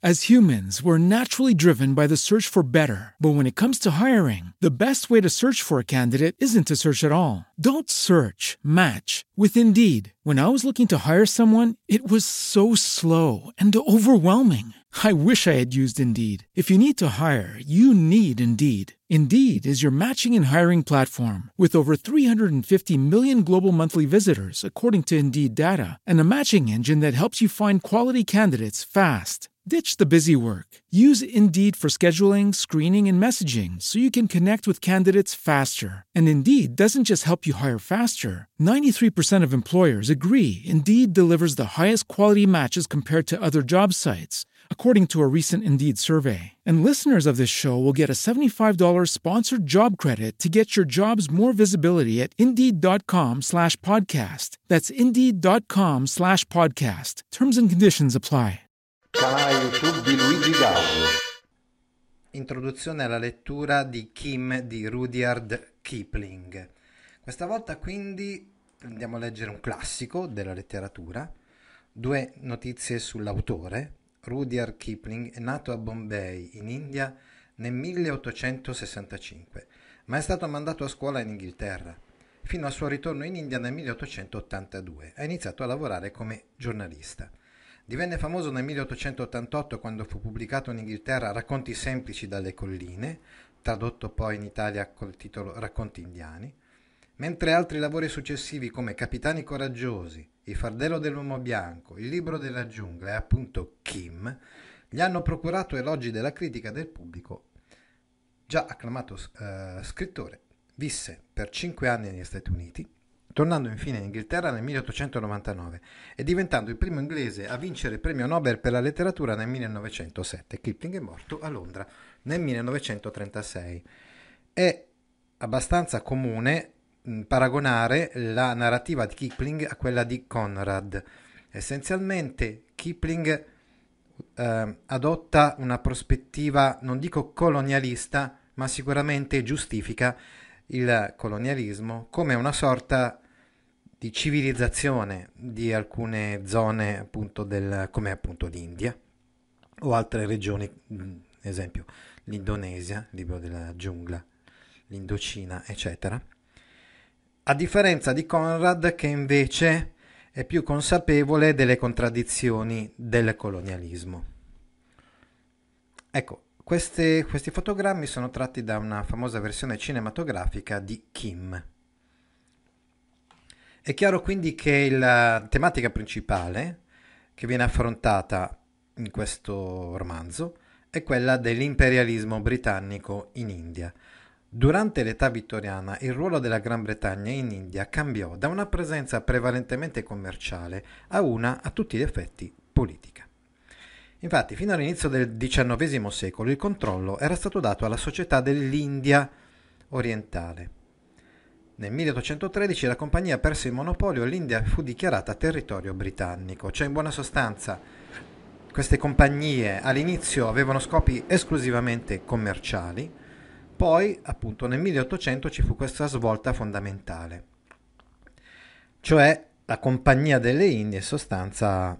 As humans, we're naturally driven by the search for better. But when it comes to hiring, the best way to search for a candidate isn't to search at all. Don't search, match with Indeed. When I was looking to hire someone, it was so slow and overwhelming. I wish I had used Indeed. If you need to hire, you need Indeed. Indeed is your matching and hiring platform with over 350 million global monthly visitors, according to Indeed data, and a matching engine that helps you find quality candidates fast. Ditch the busy work. Use Indeed for scheduling, screening, and messaging so you can connect with candidates faster. And Indeed doesn't just help you hire faster. 93% of employers agree Indeed delivers the highest quality matches compared to other job sites, according to a recent Indeed survey. And listeners of this show will get a $75 sponsored job credit to get your jobs more visibility at Indeed.com/podcast. That's Indeed.com/podcast. Terms and conditions apply. Canale YouTube di Luigi Gaudio. Introduzione alla lettura di Kim di Rudyard Kipling. Questa volta quindi andiamo a leggere un classico della letteratura. Due notizie sull'autore. Rudyard Kipling è nato a Bombay, in India, nel 1865, ma è stato mandato a scuola in Inghilterra. Fino al suo ritorno in India nel 1882 ha iniziato a lavorare come giornalista. Divenne famoso nel 1888 quando fu pubblicato in Inghilterra Racconti semplici dalle colline, tradotto poi in Italia col titolo Racconti indiani, mentre altri lavori successivi come Capitani coraggiosi, Il fardello dell'uomo bianco, Il libro della giungla e appunto Kim gli hanno procurato elogi della critica e del pubblico. Già acclamato scrittore, visse per 5 anni negli Stati Uniti, tornando infine in Inghilterra nel 1899 e diventando il primo inglese a vincere il premio Nobel per la letteratura nel 1907. Kipling è morto a Londra nel 1936. È abbastanza comune paragonare la narrativa di Kipling a quella di Conrad. Essenzialmente Kipling adotta una prospettiva, non dico colonialista, ma sicuramente giustifica il colonialismo come una sorta di civilizzazione di alcune zone appunto come appunto l'India o altre regioni, esempio l'Indonesia, il libro della giungla, l'Indocina, eccetera. A differenza di Conrad, che invece è più consapevole delle contraddizioni del colonialismo. Ecco, questi fotogrammi sono tratti da una famosa versione cinematografica di Kim. È chiaro quindi che la tematica principale che viene affrontata in questo romanzo è quella dell'imperialismo britannico in India. Durante l'età vittoriana il ruolo della Gran Bretagna in India cambiò da una presenza prevalentemente commerciale a una, a tutti gli effetti, politica. Infatti, fino all'inizio del XIX secolo il controllo era stato dato alla società dell'India orientale. Nel 1813 la compagnia perse il monopolio e l'India fu dichiarata territorio britannico, cioè in buona sostanza queste compagnie all'inizio avevano scopi esclusivamente commerciali. Poi, appunto, nel 1800 ci fu questa svolta fondamentale, cioè la Compagnia delle Indie in sostanza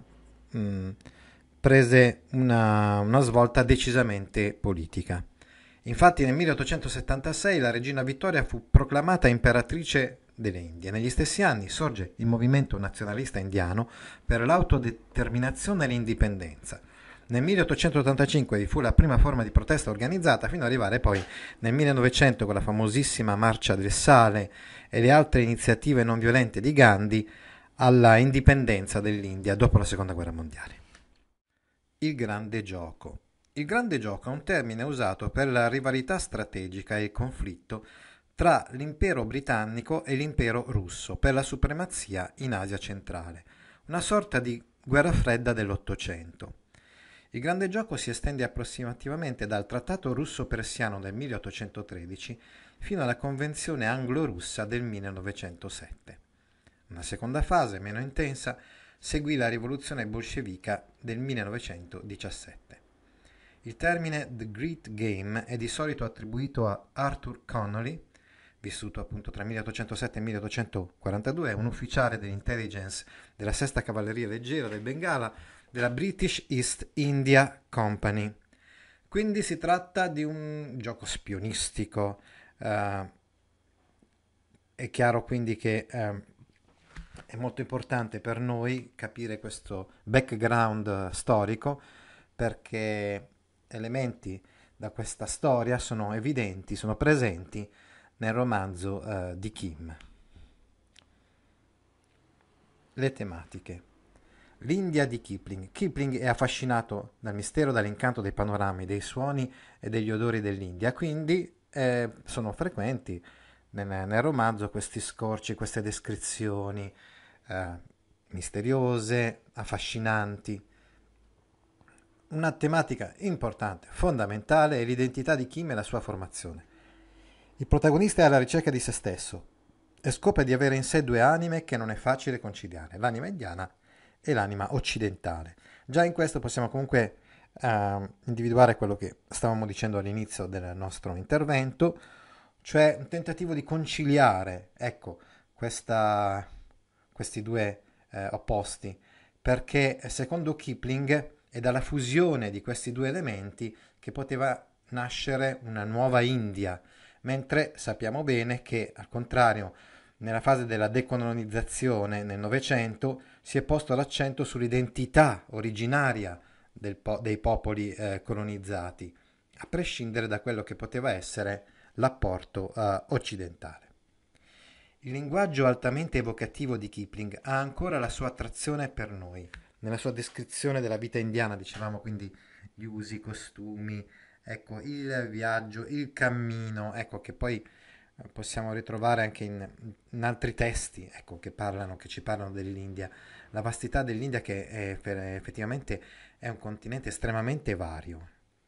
prese una svolta decisamente politica. Infatti nel 1876 la regina Vittoria fu proclamata imperatrice delle Indie. Negli stessi anni sorge il movimento nazionalista indiano per l'autodeterminazione e l'indipendenza. Nel 1885 vi fu la prima forma di protesta organizzata, fino ad arrivare poi nel 1900 con la famosissima Marcia del Sale e le altre iniziative non violente di Gandhi alla indipendenza dell'India dopo la Seconda Guerra Mondiale. Il grande gioco. Il grande gioco è un termine usato per la rivalità strategica e il conflitto tra l'impero britannico e l'impero russo per la supremazia in Asia centrale, una sorta di guerra fredda dell'Ottocento. Il grande gioco si estende approssimativamente dal trattato russo-persiano del 1813 fino alla convenzione anglo-russa del 1907. Una seconda fase, meno intensa, seguì la rivoluzione bolscevica del 1917. Il termine The Great Game è di solito attribuito a Arthur Connolly, vissuto appunto tra 1807 e 1842, un ufficiale dell'intelligence della 6ª Cavalleria Leggera del Bengala, della British East India Company. Quindi si tratta di un gioco spionistico. È chiaro quindi che è molto importante per noi capire questo background storico, perché elementi da questa storia sono evidenti, sono presenti nel romanzo di Kim. Le tematiche. L'India di Kipling. Kipling è affascinato dal mistero, dall'incanto dei panorami, dei suoni e degli odori dell'India, quindi sono frequenti nel romanzo questi scorci, queste descrizioni eh, misteriose, affascinanti. Una tematica importante, fondamentale, è l'identità di Kim e la sua formazione. Il protagonista è alla ricerca di se stesso e scopre di avere in sé due anime che non è facile conciliare, l'anima indiana e l'anima occidentale. Già in questo possiamo comunque individuare quello che stavamo dicendo all'inizio del nostro intervento, cioè un tentativo di conciliare, ecco, questi due opposti, perché secondo Kipling è dalla fusione di questi due elementi che poteva nascere una nuova India, mentre sappiamo bene che, al contrario, nella fase della decolonizzazione nel Novecento si è posto l'accento sull'identità originaria dei popoli colonizzati, a prescindere da quello che poteva essere l'apporto occidentale. Il linguaggio altamente evocativo di Kipling ha ancora la sua attrazione per noi. Nella sua descrizione della vita indiana, dicevamo quindi gli usi, i costumi, ecco, il viaggio, il cammino, ecco, che poi possiamo ritrovare anche in altri testi, ecco, che ci parlano dell'India, la vastità dell'India che effettivamente è un continente estremamente vario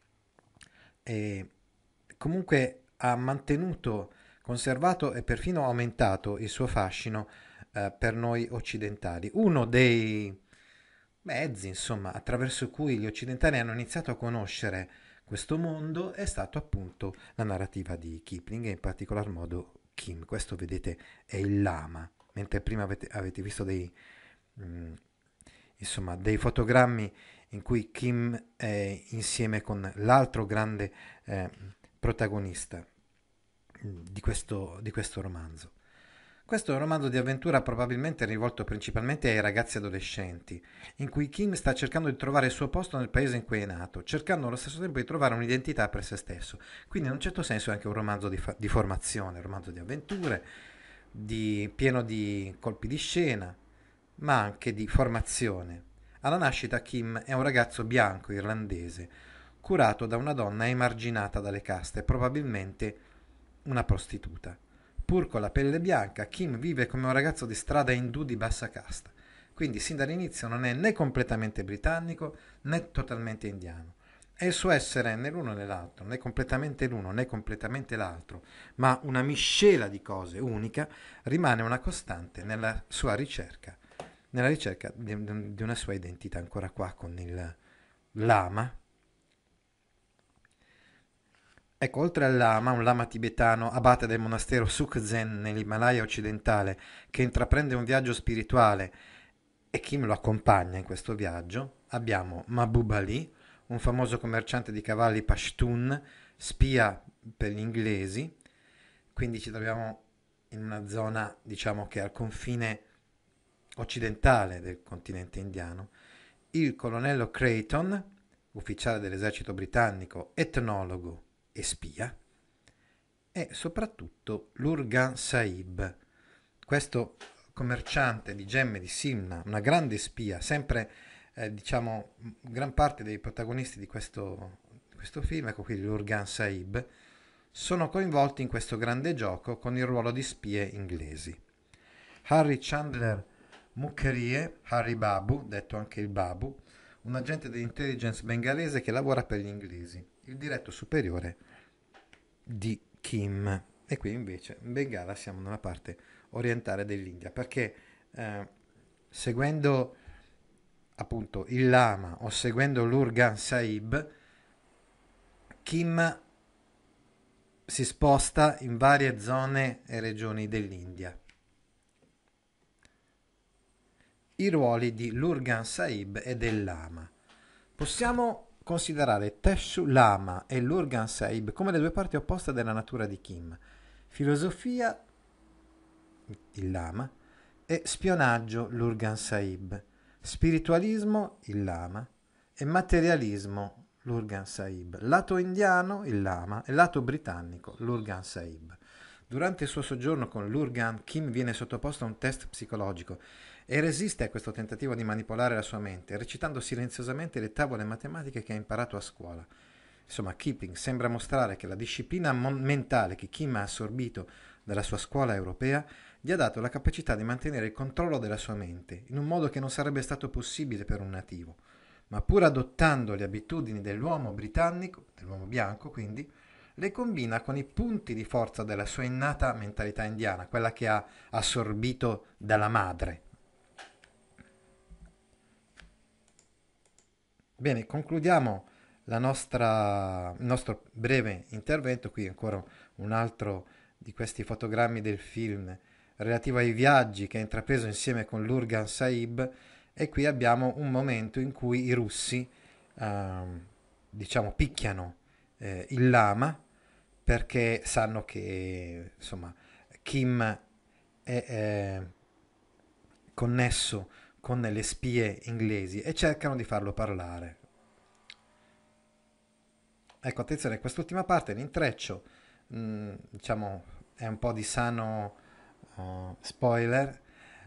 e comunque ha mantenuto, conservato e perfino aumentato il suo fascino per noi occidentali. Uno dei mezzi, insomma, attraverso cui gli occidentali hanno iniziato a conoscere questo mondo è stato appunto la narrativa di Kipling e in particolar modo Kim. Questo vedete è il lama, mentre prima avete visto insomma, dei fotogrammi in cui Kim è insieme con l'altro grande protagonista di questo romanzo. Questo è un romanzo di avventura probabilmente rivolto principalmente ai ragazzi adolescenti, in cui Kim sta cercando di trovare il suo posto nel paese in cui è nato, cercando allo stesso tempo di trovare un'identità per se stesso. Quindi in un certo senso è anche un romanzo di formazione, un romanzo di avventure, pieno di colpi di scena, ma anche di formazione. Alla nascita Kim è un ragazzo bianco irlandese, curato da una donna emarginata dalle caste, probabilmente una prostituta. Pur con la pelle bianca, Kim vive come un ragazzo di strada indù di bassa casta, quindi sin dall'inizio non è né completamente britannico né totalmente indiano. E il suo essere né l'uno né l'altro, né completamente l'uno né completamente l'altro, ma una miscela di cose unica, rimane una costante nella ricerca di una sua identità. Ancora qua con il lama. Ecco, oltre al lama, un lama tibetano, abate del monastero Sukzen nell'Himalaya occidentale, che intraprende un viaggio spirituale e Kim lo accompagna in questo viaggio, abbiamo Mahbub Ali, un famoso commerciante di cavalli Pashtun, spia per gli inglesi, quindi ci troviamo in una zona, diciamo che è al confine occidentale del continente indiano, il colonnello Creighton, ufficiale dell'esercito britannico, etnologo e spia, e soprattutto l'Urgan Sahib, questo commerciante di gemme di Simna, una grande spia, sempre diciamo gran parte dei protagonisti di questo film, ecco qui l'Urgan Sahib, sono coinvolti in questo grande gioco con il ruolo di spie inglesi. Harry Chandler Mukherjee, Harry Babu, detto anche il Babu, un agente dell'intelligence bengalese che lavora per gli inglesi, il diretto superiore di Kim. E qui invece in Bengala siamo nella parte orientale dell'India, perché seguendo appunto il lama o seguendo l'Urgan Sahib, Kim si sposta in varie zone e regioni dell'India. i ruoli di l'Urgan Sahib e del Lama. Possiamo considerare Teshu Lama e l'Urgan Sahib come le due parti opposte della natura di Kim. Filosofia, il Lama, e spionaggio, l'Urgan Sahib. Spiritualismo, il Lama, e materialismo, l'Urgan Sahib. Lato indiano, il Lama, e lato britannico, l'Urgan Sahib. Durante il suo soggiorno con l'Urgan, Kim viene sottoposto a un test psicologico e resiste a questo tentativo di manipolare la sua mente, recitando silenziosamente le tavole matematiche che ha imparato a scuola. Insomma, Kipling sembra mostrare che la disciplina mentale che Kim ha assorbito dalla sua scuola europea gli ha dato la capacità di mantenere il controllo della sua mente, in un modo che non sarebbe stato possibile per un nativo. Ma pur adottando le abitudini dell'uomo britannico, dell'uomo bianco quindi, le combina con i punti di forza della sua innata mentalità indiana, quella che ha assorbito dalla madre. Bene, concludiamo il nostro breve intervento. Qui ancora un altro di questi fotogrammi del film relativo ai viaggi che ha intrapreso insieme con l'Urgan Sahib, e qui abbiamo un momento in cui i russi diciamo picchiano il lama perché sanno che insomma Kim è connesso con le spie inglesi e cercano di farlo parlare. Ecco, attenzione, quest'ultima parte, l'intreccio, diciamo, è un po' di sano spoiler,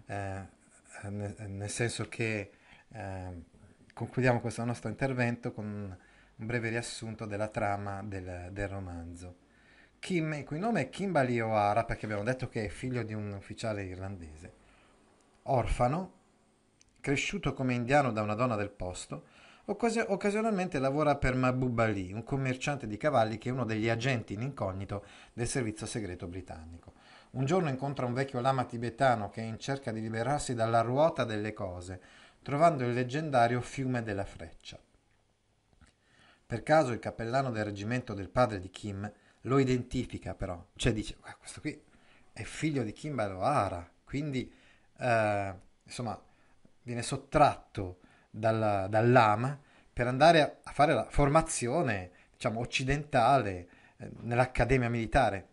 nel senso che concludiamo questo nostro intervento con un breve riassunto della trama del romanzo. Kim, il cui nome è Kimberly O'Hara, perché abbiamo detto che è figlio di un ufficiale irlandese, orfano, cresciuto come indiano da una donna del posto, occasionalmente lavora per Mahbub Ali, un commerciante di cavalli che è uno degli agenti in incognito del servizio segreto britannico. Un giorno incontra un vecchio lama tibetano che è in cerca di liberarsi dalla ruota delle cose, trovando il leggendario fiume della freccia. Per caso il cappellano del reggimento del padre di Kim lo identifica però, cioè dice, questo qui è figlio di Kim O'Hara, quindi insomma viene sottratto dal lama per andare a fare la formazione, diciamo, occidentale nell'accademia militare.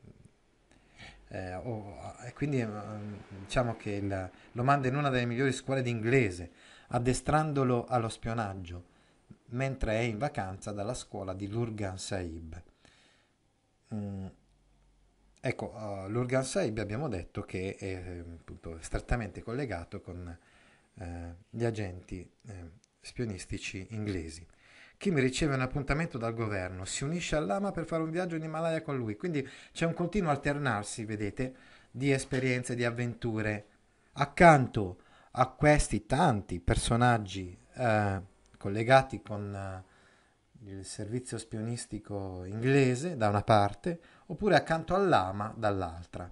E quindi diciamo che lo manda in una delle migliori scuole d'inglese, addestrandolo allo spionaggio, mentre è in vacanza dalla scuola di l'Urgan Sahib. Ecco, l'Urgan Sahib abbiamo detto che è appunto strettamente collegato con gli agenti spionistici inglesi. Kim riceve un appuntamento dal governo, si unisce al lama per fare un viaggio in Himalaya con lui, quindi c'è un continuo alternarsi, vedete, di esperienze, di avventure, accanto a questi tanti personaggi collegati con il servizio spionistico inglese da una parte, oppure accanto al lama dall'altra.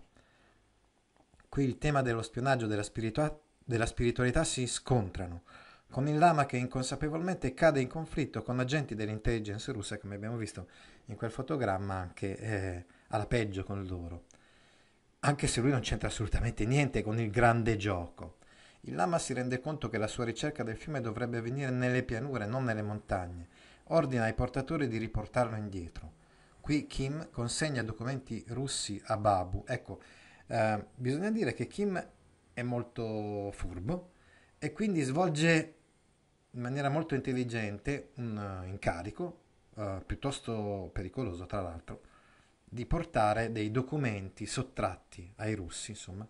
Qui il tema dello spionaggio e della spiritualità si scontrano, con il lama che inconsapevolmente cade in conflitto con agenti dell'intelligence russa, come abbiamo visto in quel fotogramma, anche alla peggio con loro. Anche se lui non c'entra assolutamente niente con il grande gioco. Il lama si rende conto che la sua ricerca del fiume dovrebbe avvenire nelle pianure, non nelle montagne. Ordina ai portatori di riportarlo indietro. Qui Kim consegna documenti russi a Babu. Ecco, bisogna dire che Kim è molto furbo e quindi svolge in maniera molto intelligente un incarico, piuttosto pericoloso tra l'altro, di portare dei documenti sottratti ai russi, insomma,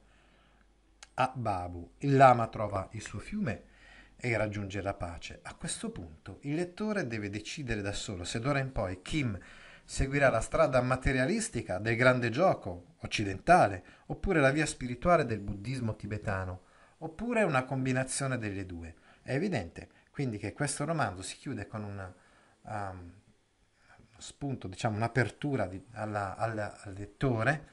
a Babu. Il lama trova il suo fiume e raggiunge la pace. A questo punto il lettore deve decidere da solo se d'ora in poi Kim seguirà la strada materialistica del grande gioco occidentale, oppure la via spirituale del buddismo tibetano, oppure una combinazione delle due. È evidente quindi che questo romanzo si chiude con um, spunto, diciamo un'apertura al lettore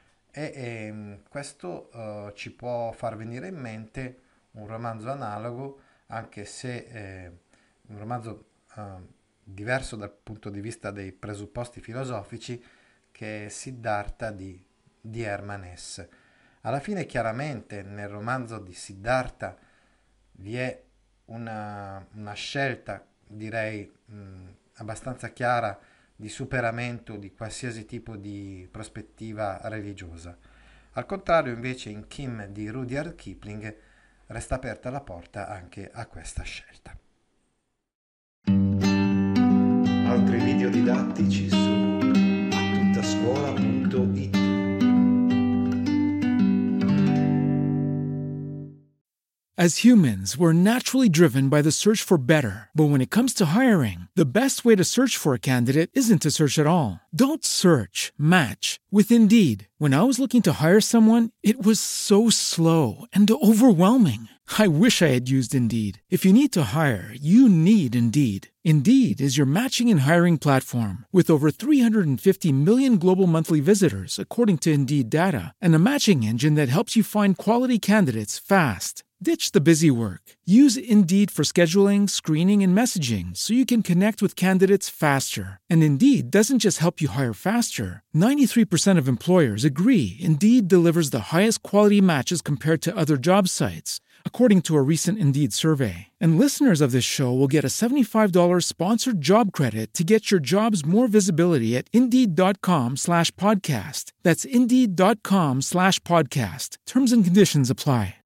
e questo ci può far venire in mente un romanzo analogo, anche se un romanzo diverso dal punto di vista dei presupposti filosofici, che è Siddhartha di Hermann Hesse. Alla fine chiaramente nel romanzo di Siddhartha vi è una scelta, direi, abbastanza chiara di superamento di qualsiasi tipo di prospettiva religiosa. Al contrario, invece, in Kim di Rudyard Kipling resta aperta la porta anche a questa scelta. Altri video didattici su attutascuola.it. As humans, we're naturally driven by the search for better. But when it comes to hiring, the best way to search for a candidate isn't to search at all. Don't search, match with Indeed. When I was looking to hire someone, it was so slow and overwhelming. I wish I had used Indeed. If you need to hire, you need Indeed. Indeed is your matching and hiring platform with over 350 million global monthly visitors, according to Indeed data, and a matching engine that helps you find quality candidates fast. Ditch the busy work. Use Indeed for scheduling, screening, and messaging so you can connect with candidates faster. And Indeed doesn't just help you hire faster. 93% of employers agree Indeed delivers the highest quality matches compared to other job sites, according to a recent Indeed survey. And listeners of this show will get a $75 sponsored job credit to get your jobs more visibility at Indeed.com/podcast. That's Indeed.com/podcast. Terms and conditions apply.